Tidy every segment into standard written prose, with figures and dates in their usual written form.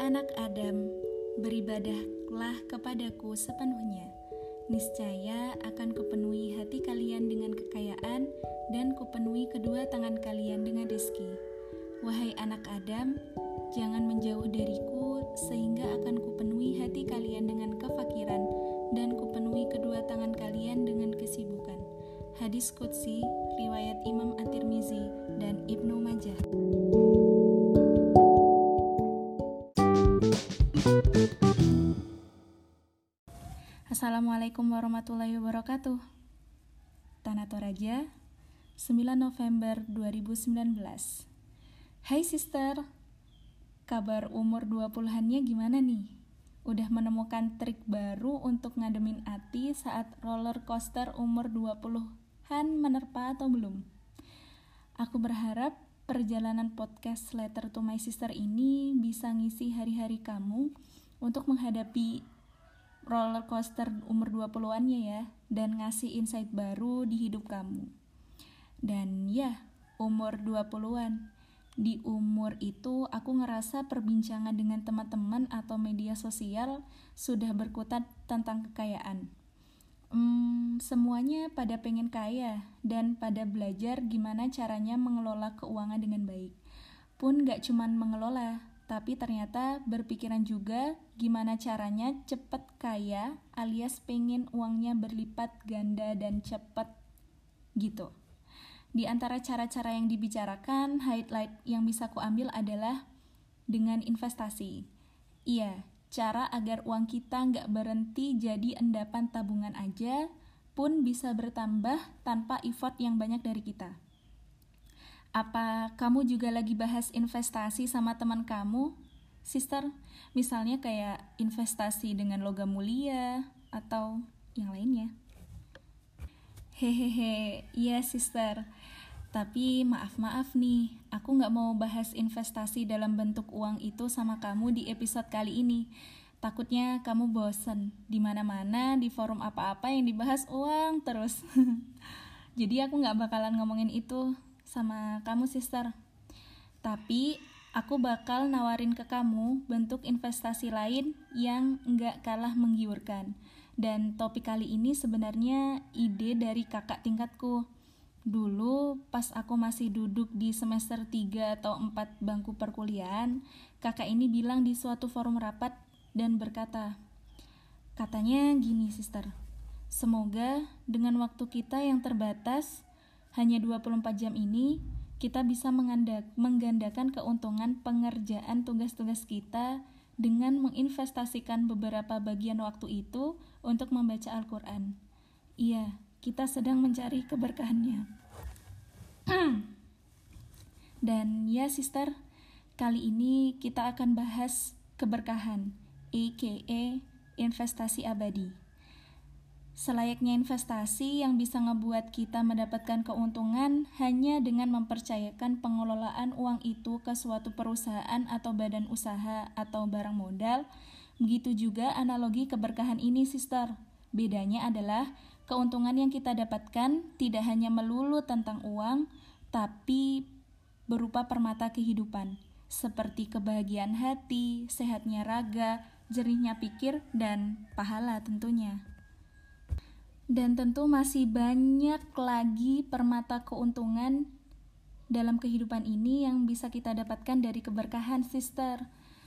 anak Adam, beribadahlah kepadaku sepenuhnya. Niscaya akan kupenuhi hati kalian dengan kekayaan dan kupenuhi kedua tangan kalian dengan rezeki. Wahai anak Adam, jangan menjauh dariku sehingga akan kupenuhi hati kalian dengan kefakiran dan kupenuhi kedua tangan kalian dengan kesibukan. Hadis Qudsi, riwayat Imam At-Tirmizi dan Ibnu Majah. Assalamualaikum warahmatullahi wabarakatuh. Tanah Toraja, 9 November 2019. Hai sister, kabar umur 20-annya gimana nih? Udah menemukan trik baru untuk ngademin hati saat roller coaster umur 20-an menerpa atau belum? Aku berharap perjalanan podcast Letter to My Sister ini bisa ngisi hari-hari kamu untuk menghadapi roller coaster umur 20-annya ya, dan ngasih insight baru di hidup kamu. Dan ya, umur 20-an. Di umur itu aku ngerasa perbincangan dengan teman-teman atau media sosial sudah berkutat tentang kekayaan. Semuanya pada pengen kaya dan pada belajar gimana caranya mengelola keuangan dengan baik. Pun gak cuman mengelola, tapi ternyata berpikiran juga gimana caranya cepet kaya alias pengen uangnya berlipat ganda dan cepet gitu. Di antara cara-cara yang dibicarakan, highlight yang bisa kuambil adalah dengan investasi. Iya, cara agar uang kita nggak berhenti jadi endapan tabungan aja, pun bisa bertambah tanpa effort yang banyak dari kita. Apa kamu juga lagi bahas investasi sama teman kamu, sister? Misalnya kayak investasi dengan logam mulia atau yang lainnya. Hehehe, iya sister. Tapi maaf nih, aku gak mau bahas investasi dalam bentuk uang itu sama kamu di episode kali ini. Takutnya kamu bosen. Di mana-mana, di forum apa-apa yang dibahas uang terus. Jadi aku gak bakalan ngomongin itu sama kamu sister. Tapi aku bakal nawarin ke kamu bentuk investasi lain yang gak kalah menggiurkan. Dan topik kali ini sebenarnya ide dari kakak tingkatku. Dulu pas aku masih duduk di semester 3 atau 4 bangku perkuliahan, kakak ini bilang di suatu forum rapat dan berkata, katanya gini sister, semoga dengan waktu kita yang terbatas, hanya 24 jam ini, kita bisa menggandakan keuntungan pengerjaan tugas-tugas kita dengan menginvestasikan beberapa bagian waktu itu untuk membaca Al-Quran. Iya, kita sedang mencari keberkahannya. Dan ya sister, kali ini kita akan bahas keberkahan, aka investasi abadi. Selayaknya investasi yang bisa ngebuat kita mendapatkan keuntungan hanya dengan mempercayakan pengelolaan uang itu ke suatu perusahaan atau badan usaha atau barang modal. Begitu juga analogi keberkahan ini sister. Bedanya adalah keuntungan yang kita dapatkan tidak hanya melulu tentang uang, tapi berupa permata kehidupan, seperti kebahagiaan hati, sehatnya raga, jernihnya pikir, dan pahala tentunya. Dan tentu masih banyak lagi permata keuntungan dalam kehidupan ini yang bisa kita dapatkan dari keberkahan sister.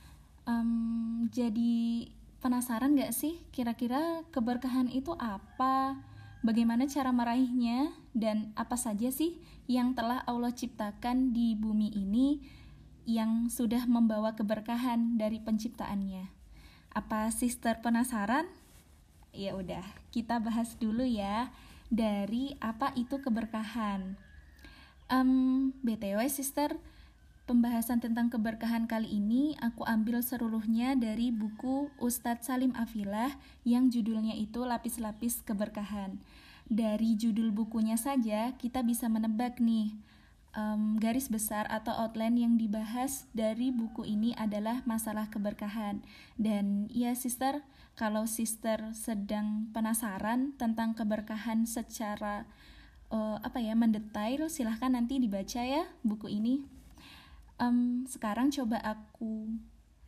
Jadi penasaran gak sih kira-kira keberkahan itu apa? Bagaimana cara meraihnya? Dan apa saja sih yang telah Allah ciptakan di bumi ini yang sudah membawa keberkahan dari penciptaannya? Apa sister penasaran? Ya udah, kita bahas dulu ya dari apa itu keberkahan. BTW sister, pembahasan tentang keberkahan kali ini aku ambil seluruhnya dari buku Ustadz Salim Afilah yang judulnya itu Lapis-Lapis Keberkahan. Dari judul bukunya saja kita bisa menebak nih, garis besar atau outline yang dibahas dari buku ini adalah masalah keberkahan. Dan ya sister, kalau sister sedang penasaran tentang keberkahan secara mendetail, silahkan nanti dibaca ya buku ini. Sekarang coba aku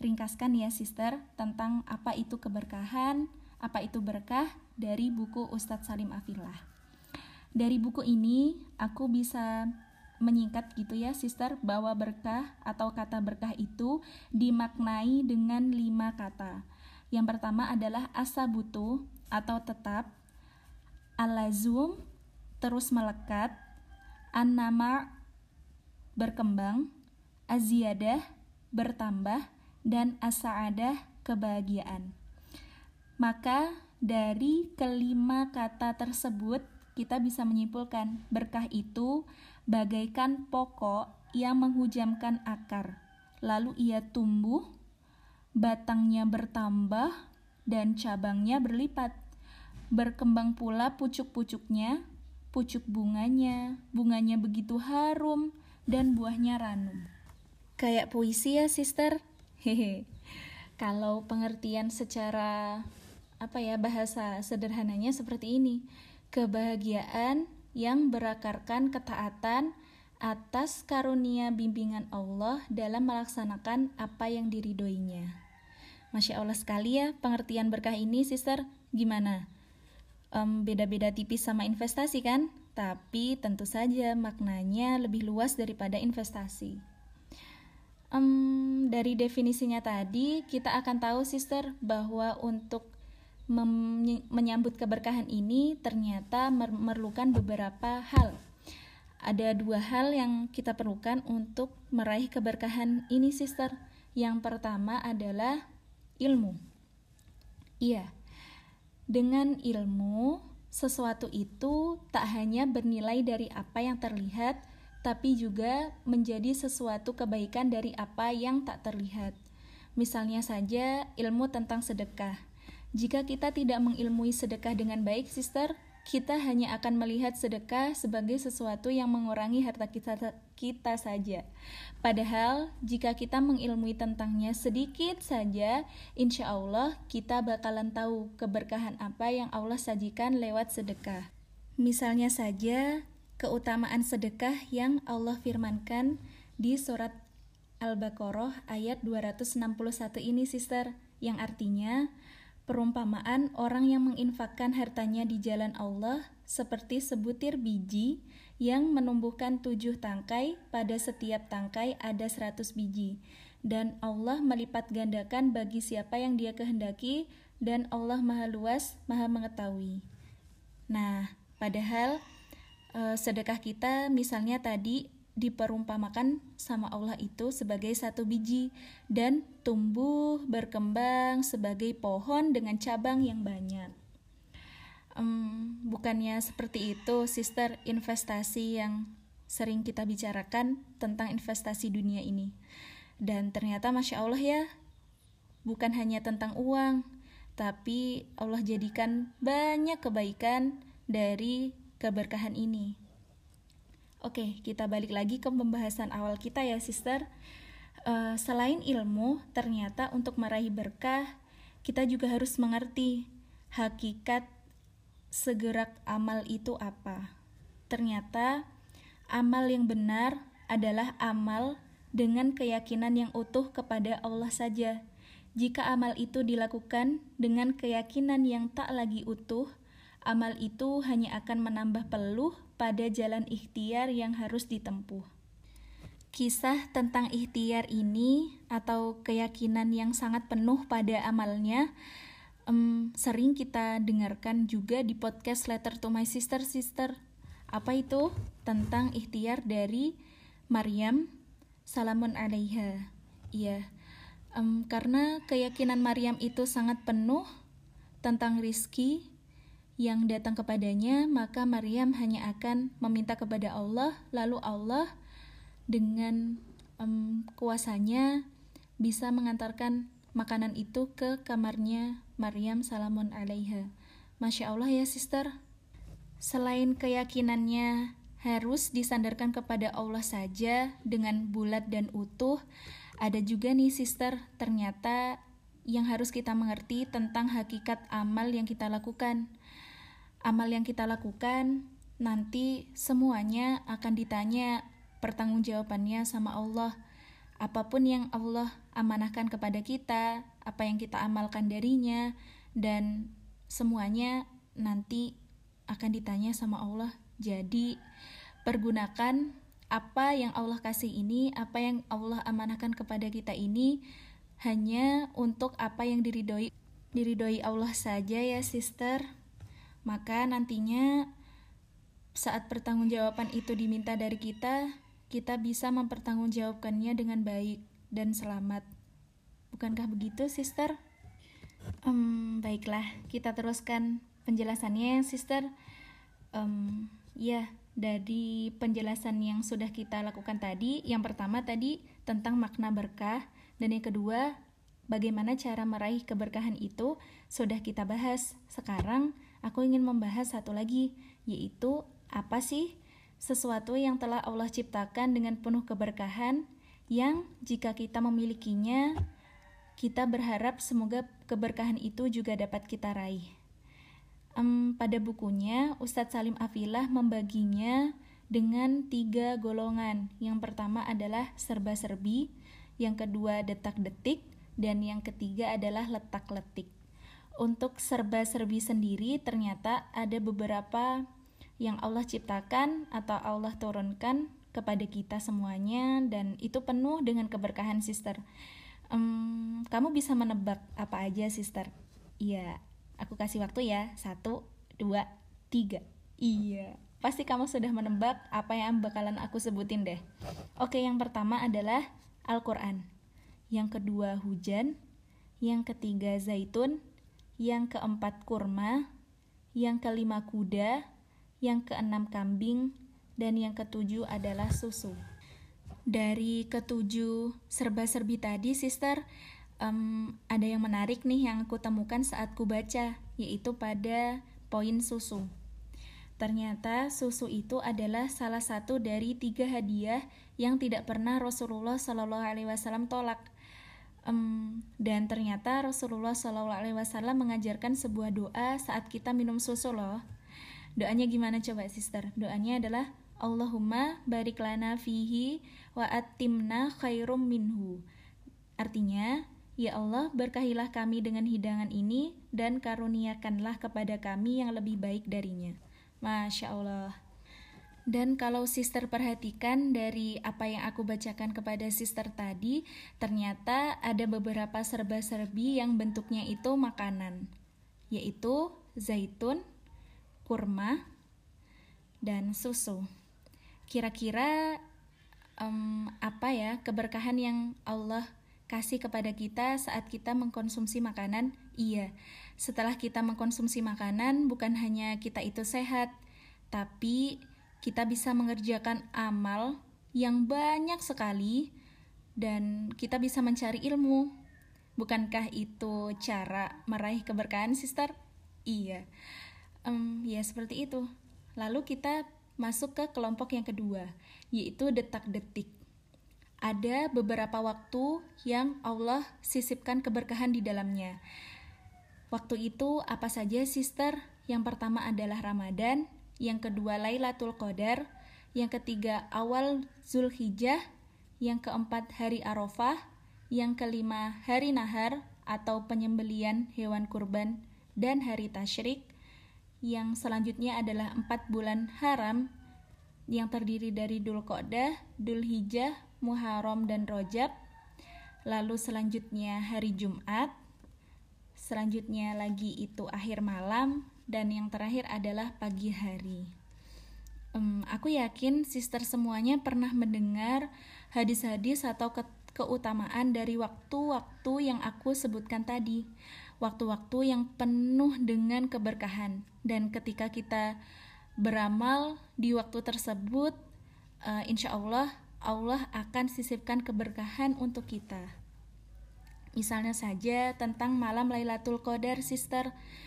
ringkaskan ya sister tentang apa itu keberkahan, apa itu berkah dari buku Ustadz Salim Afillah. Dari buku ini aku bisa menyingkat gitu ya sister, bahwa berkah atau kata berkah itu dimaknai dengan 5 kata. Yang pertama adalah asabutu atau tetap, alazum terus melekat, an-nama berkembang, aziyadah bertambah, dan as-sa'adah kebahagiaan. Maka dari kelima kata tersebut kita bisa menyimpulkan berkah itu bagaikan pokok yang menghujamkan akar, lalu ia tumbuh, batangnya bertambah, dan cabangnya berlipat. Berkembang pula pucuk-pucuknya, pucuk bunganya begitu harum, dan buahnya ranum. Kayak puisi ya sister? Hehe. Kalau pengertian secara bahasa sederhananya seperti ini. Kebahagiaan yang berakarkan ketaatan atas karunia bimbingan Allah dalam melaksanakan apa yang diridhoinya. Masya Allah sekali ya pengertian berkah ini sister. Gimana? Beda-beda tipis sama investasi kan? Tapi tentu saja maknanya lebih luas daripada investasi. Dari definisinya tadi kita akan tahu sister bahwa untuk menyambut keberkahan ini ternyata memerlukan beberapa hal. Ada 2 hal yang kita perlukan untuk meraih keberkahan ini sister. Yang pertama adalah ilmu. Iya, dengan ilmu sesuatu itu tak hanya bernilai dari apa yang terlihat, tapi juga menjadi sesuatu kebaikan dari apa yang tak terlihat. Misalnya saja ilmu tentang sedekah. Jika kita tidak mengilmui sedekah dengan baik, sister, kita hanya akan melihat sedekah sebagai sesuatu yang mengurangi harta kita saja. Padahal, jika kita mengilmui tentangnya sedikit saja, insya Allah kita bakalan tahu keberkahan apa yang Allah sajikan lewat sedekah. Misalnya saja, keutamaan sedekah yang Allah firmankan di surat Al-Baqarah ayat 261 ini, sister, yang artinya perumpamaan orang yang menginfakkan hartanya di jalan Allah seperti sebutir biji yang menumbuhkan 7 tangkai, pada setiap tangkai ada 100 biji. Dan Allah melipat gandakan bagi siapa yang Dia kehendaki, dan Allah Maha Luas, Maha Mengetahui. Nah, padahal sedekah kita misalnya tadi diperumpamakan sama Allah itu sebagai 1 biji dan tumbuh berkembang sebagai pohon dengan cabang yang banyak. Bukannya seperti itu sister investasi yang sering kita bicarakan tentang investasi dunia ini. Dan ternyata Masya Allah ya, bukan hanya tentang uang, tapi Allah jadikan banyak kebaikan dari keberkahan ini. Oke, kita balik lagi ke pembahasan awal kita ya sister. Selain ilmu, ternyata untuk meraih berkah, kita juga harus mengerti hakikat segerak amal itu apa. Ternyata amal yang benar adalah amal dengan keyakinan yang utuh kepada Allah saja. Jika amal itu dilakukan dengan keyakinan yang tak lagi utuh, amal itu hanya akan menambah peluh pada jalan ikhtiar yang harus ditempuh. Kisah tentang ikhtiar ini atau keyakinan yang sangat penuh pada amalnya sering kita dengarkan juga di podcast Letter to My Sister. Apa itu? Tentang ikhtiar dari Maryam salamun alaiha. Iya, karena keyakinan Maryam itu sangat penuh tentang rizki yang datang kepadanya, maka Maryam hanya akan meminta kepada Allah, lalu Allah dengan kuasanya bisa mengantarkan makanan itu ke kamarnya Maryam salamun alaiha. Masya Allah ya sister. Selain keyakinannya harus disandarkan kepada Allah saja dengan bulat dan utuh, ada juga nih sister ternyata yang harus kita mengerti tentang hakikat amal yang kita lakukan. Amal yang kita lakukan nanti semuanya akan ditanya pertanggungjawabannya sama Allah. apapun yang Allah amanahkan kepada kita, apa yang kita amalkan darinya, dan semuanya nanti akan ditanya sama Allah. Jadi pergunakan apa yang Allah kasih ini, apa yang Allah amanahkan kepada kita ini hanya untuk apa yang diridhoi Allah saja ya sister. Maka nantinya saat pertanggungjawaban itu diminta dari kita bisa mempertanggungjawabkannya dengan baik dan selamat. Bukankah begitu, sister? Baiklah, kita teruskan penjelasannya, sister. Ya, dari penjelasan yang sudah kita lakukan tadi, yang pertama tadi tentang makna berkah, dan yang kedua, bagaimana cara meraih keberkahan itu sudah kita bahas. Sekarang, aku ingin membahas satu lagi, yaitu apa sih sesuatu yang telah Allah ciptakan dengan penuh keberkahan yang jika kita memilikinya, kita berharap semoga keberkahan itu juga dapat kita raih. Pada bukunya, Ustadz Salim Afilah membaginya dengan 3 golongan. Yang pertama adalah serba-serbi, yang kedua detak-detik, dan yang ketiga adalah letak-letik. Untuk serba-serbi sendiri ternyata ada beberapa yang Allah ciptakan atau Allah turunkan kepada kita semuanya, dan itu penuh dengan keberkahan, sister. Kamu bisa menebak apa aja, sister? Iya, aku kasih waktu ya. 1, 2, 3. Iya, pasti kamu sudah menebak apa yang bakalan aku sebutin deh. Oke, yang pertama adalah Al-Quran, yang kedua hujan, yang ketiga zaitun, yang keempat kurma, yang kelima kuda, yang keenam kambing, dan yang ketujuh adalah susu. Dari ketujuh serba-serbi tadi, sister, ada yang menarik nih yang aku temukan saat ku baca, yaitu pada poin susu. Ternyata susu itu adalah salah satu dari 3 hadiah yang tidak pernah Rasulullah SAW tolak. Dan ternyata Rasulullah SAW mengajarkan sebuah doa saat kita minum susu loh. Doanya gimana coba, sister? Doanya adalah Allahumma barik lana fihi wa atimna khairum minhu. Artinya, ya Allah, berkahilah kami dengan hidangan ini dan karuniakanlah kepada kami yang lebih baik darinya. Masya Allah. Dan kalau sister perhatikan dari apa yang aku bacakan kepada sister tadi, ternyata ada beberapa serba-serbi yang bentuknya itu makanan, yaitu zaitun, kurma, dan susu. Kira-kira apa ya keberkahan yang Allah kasih kepada kita saat kita mengkonsumsi makanan? Iya, setelah kita mengkonsumsi makanan, bukan hanya kita itu sehat, tapi kita bisa mengerjakan amal yang banyak sekali dan kita bisa mencari ilmu. Bukankah itu cara meraih keberkahan, sister? Iya. Ya seperti itu. Lalu kita masuk ke kelompok yang kedua, yaitu detak-detik. Ada beberapa waktu yang Allah sisipkan keberkahan di dalamnya. Waktu itu apa saja, sister? Yang pertama adalah Ramadan, yang kedua Lailatul Qadar, yang ketiga awal Zulhijjah, yang keempat hari Arafah, yang kelima hari Nahar atau penyembelian hewan kurban, dan hari Tasyrik. Yang selanjutnya adalah 4 bulan haram yang terdiri dari Dzulqa'dah, Dzulhijjah, Muharram, dan Rajab. Lalu selanjutnya hari Jumat. Selanjutnya lagi itu akhir malam, dan yang terakhir adalah pagi hari. Aku yakin sister semuanya pernah mendengar hadis-hadis atau keutamaan dari waktu-waktu yang aku sebutkan tadi. Waktu-waktu yang penuh dengan keberkahan. Dan ketika kita beramal di waktu tersebut, insya Allah akan sisipkan keberkahan untuk kita. Misalnya saja tentang malam Lailatul Qadar, sister.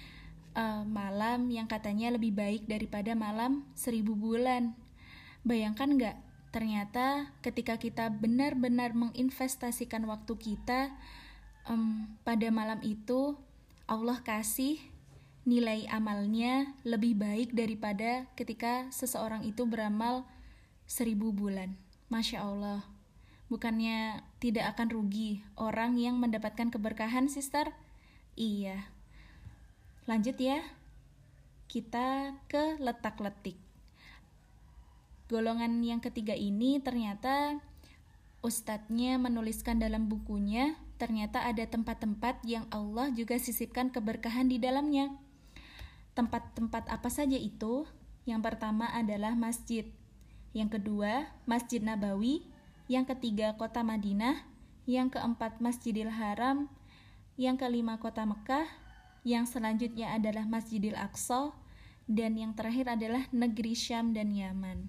Malam yang katanya lebih baik daripada malam 1000 bulan. Bayangkan gak? Ternyata ketika kita benar-benar menginvestasikan waktu kita pada malam itu, Allah kasih nilai amalnya lebih baik daripada ketika seseorang itu beramal 1000 bulan. Masya Allah. Bukannya tidak akan rugi orang yang mendapatkan keberkahan, sister? Iya. Lanjut ya. Kita ke letak-letik. Golongan yang ketiga ini ternyata ustadznya menuliskan dalam bukunya, ternyata ada tempat-tempat yang Allah juga sisipkan keberkahan di dalamnya. Tempat-tempat apa saja itu? Yang pertama adalah masjid. Yang kedua, Masjid Nabawi. Yang ketiga, kota Madinah. Yang keempat, Masjidil Haram. Yang kelima, kota Mekah. Yang selanjutnya adalah Masjidil Aqsa. Dan yang terakhir adalah negeri Syam dan Yaman.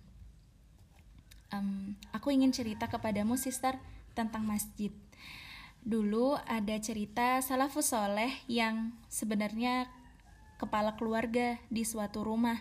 Aku ingin cerita kepadamu, sister, tentang masjid. Dulu ada cerita salafus soleh yang sebenarnya kepala keluarga di suatu rumah.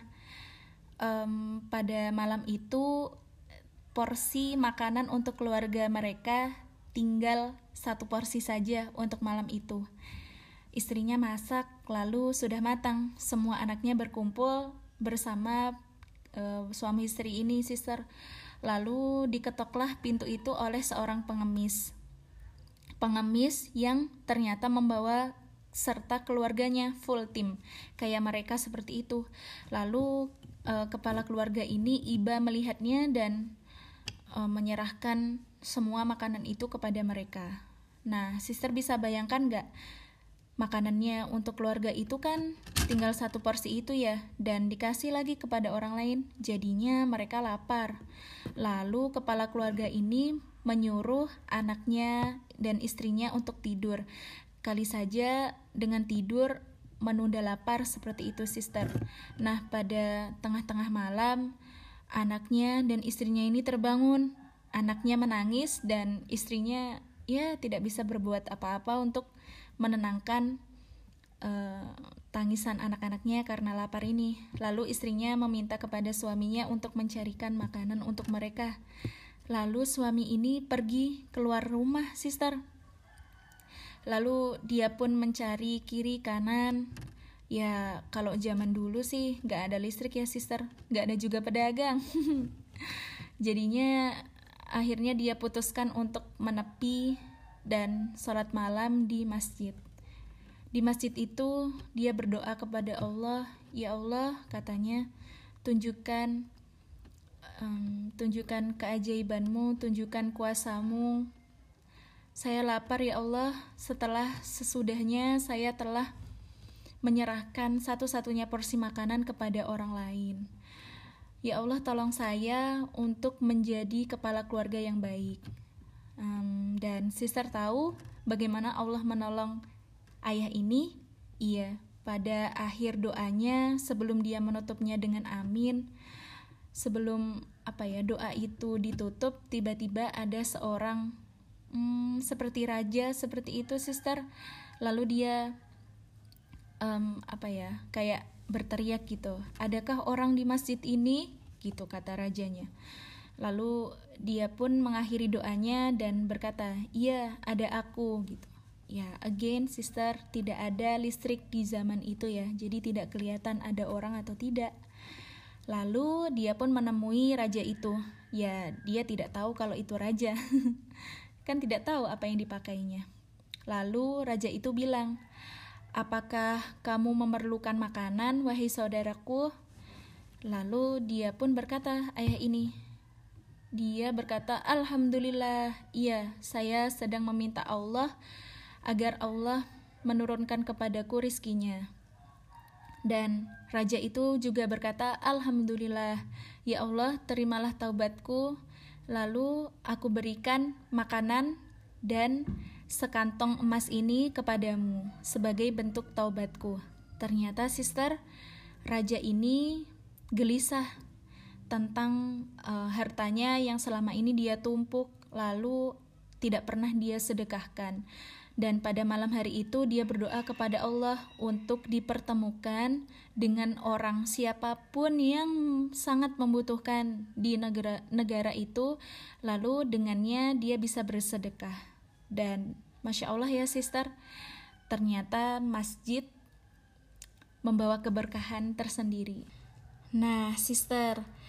Pada malam itu porsi makanan untuk keluarga mereka tinggal 1 porsi saja untuk malam itu. Istrinya masak, lalu sudah matang. Semua anaknya berkumpul bersama suami istri ini, sister. Lalu diketoklah pintu itu oleh seorang pengemis. Pengemis yang ternyata membawa serta keluarganya, full tim. Kayak mereka seperti itu. Lalu kepala keluarga ini iba melihatnya dan menyerahkan semua makanan itu kepada mereka. Nah, sister bisa bayangkan gak? Makanannya untuk keluarga itu kan tinggal 1 porsi itu ya, dan dikasih lagi kepada orang lain, jadinya mereka lapar. Lalu kepala keluarga ini menyuruh anaknya dan istrinya untuk tidur. Kali saja dengan tidur menunda lapar seperti itu, sister. Nah, pada tengah-tengah malam anaknya dan istrinya ini terbangun. Anaknya menangis dan istrinya ya tidak bisa berbuat apa-apa untuk menenangkan tangisan anak-anaknya karena lapar ini. Lalu istrinya meminta kepada suaminya untuk mencarikan makanan untuk mereka. Lalu suami ini pergi keluar rumah, sister. Lalu dia pun mencari kiri kanan. Ya kalau zaman dulu sih gak ada listrik ya, sister. Gak ada juga pedagang. Jadinya akhirnya dia putuskan untuk menepi dan sholat malam di masjid. Di masjid itu dia berdoa kepada Allah. Ya Allah, katanya, tunjukkan keajaibanmu, tunjukkan kuasamu. Saya lapar ya Allah, sesudahnya saya telah menyerahkan satu-satunya porsi makanan kepada orang lain. Ya Allah, tolong saya untuk menjadi kepala keluarga yang baik. Dan sister tahu bagaimana Allah menolong ayah ini? Iya, pada akhir doanya sebelum dia menutupnya dengan amin, sebelum doa itu ditutup, tiba-tiba ada seorang seperti raja seperti itu, sister. Lalu dia kayak berteriak gitu, adakah orang di masjid ini? Gitu kata rajanya. Lalu dia pun mengakhiri doanya dan berkata, iya, ada aku, gitu. Ya, again, sister, tidak ada listrik di zaman itu ya, jadi tidak kelihatan ada orang atau tidak. Lalu dia pun menemui raja itu. Ya, dia tidak tahu kalau itu raja. Kan tidak tahu apa yang dipakainya. Lalu raja itu bilang, apakah kamu memerlukan makanan, wahai saudaraku? Lalu dia pun berkata, ayah ini, dia berkata, alhamdulillah, iya, saya sedang meminta Allah agar Allah menurunkan kepadaku rizkinya. Dan raja itu juga berkata, alhamdulillah, ya Allah, terimalah taubatku. Lalu aku berikan makanan dan sekantong emas ini kepadamu sebagai bentuk taubatku. Ternyata, sister, raja ini gelisah tentang hartanya yang selama ini dia tumpuk, lalu tidak pernah dia sedekahkan. Dan pada malam hari itu dia berdoa kepada Allah untuk dipertemukan dengan orang siapapun yang sangat membutuhkan di negara itu, lalu dengannya dia bisa bersedekah. Dan Masya Allah ya, sister, ternyata masjid membawa keberkahan tersendiri. Nah, sister,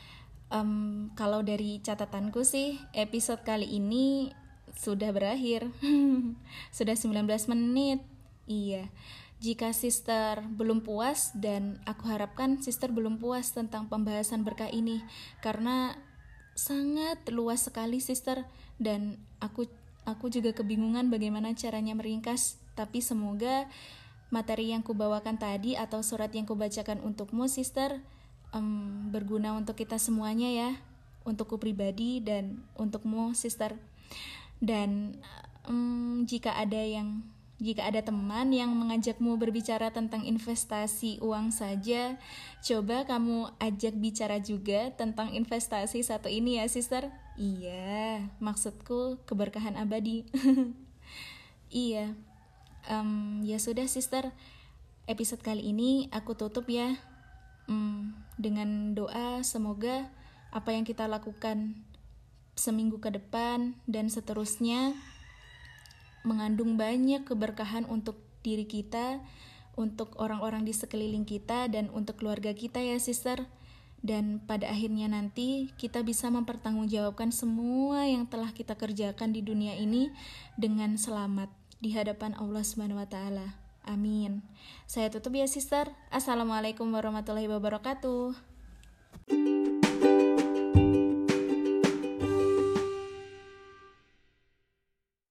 Kalau dari catatanku sih, episode kali ini sudah berakhir. Sudah 19 menit. Iya. Jika sister belum puas, dan aku harapkan sister belum puas tentang pembahasan berkah ini, karena sangat luas sekali sister, dan aku juga kebingungan bagaimana caranya meringkas. Tapi semoga materi yang kubawakan tadi atau surat yang kubacakan untukmu sister berguna untuk kita semuanya ya, untukku pribadi dan untukmu sister. Dan jika ada teman yang mengajakmu berbicara tentang investasi uang saja, coba kamu ajak bicara juga tentang investasi satu ini ya sister. Iya, maksudku keberkahan abadi. Iya. Ya sudah sister, episode kali ini aku tutup ya, dengan doa semoga apa yang kita lakukan seminggu ke depan dan seterusnya mengandung banyak keberkahan untuk diri kita, untuk orang-orang di sekeliling kita, dan untuk keluarga kita ya sister. Dan pada akhirnya nanti kita bisa mempertanggungjawabkan semua yang telah kita kerjakan di dunia ini dengan selamat di hadapan Allah Subhanahu wa taala. Amin. Saya tutup ya sister. Assalamualaikum warahmatullahi wabarakatuh.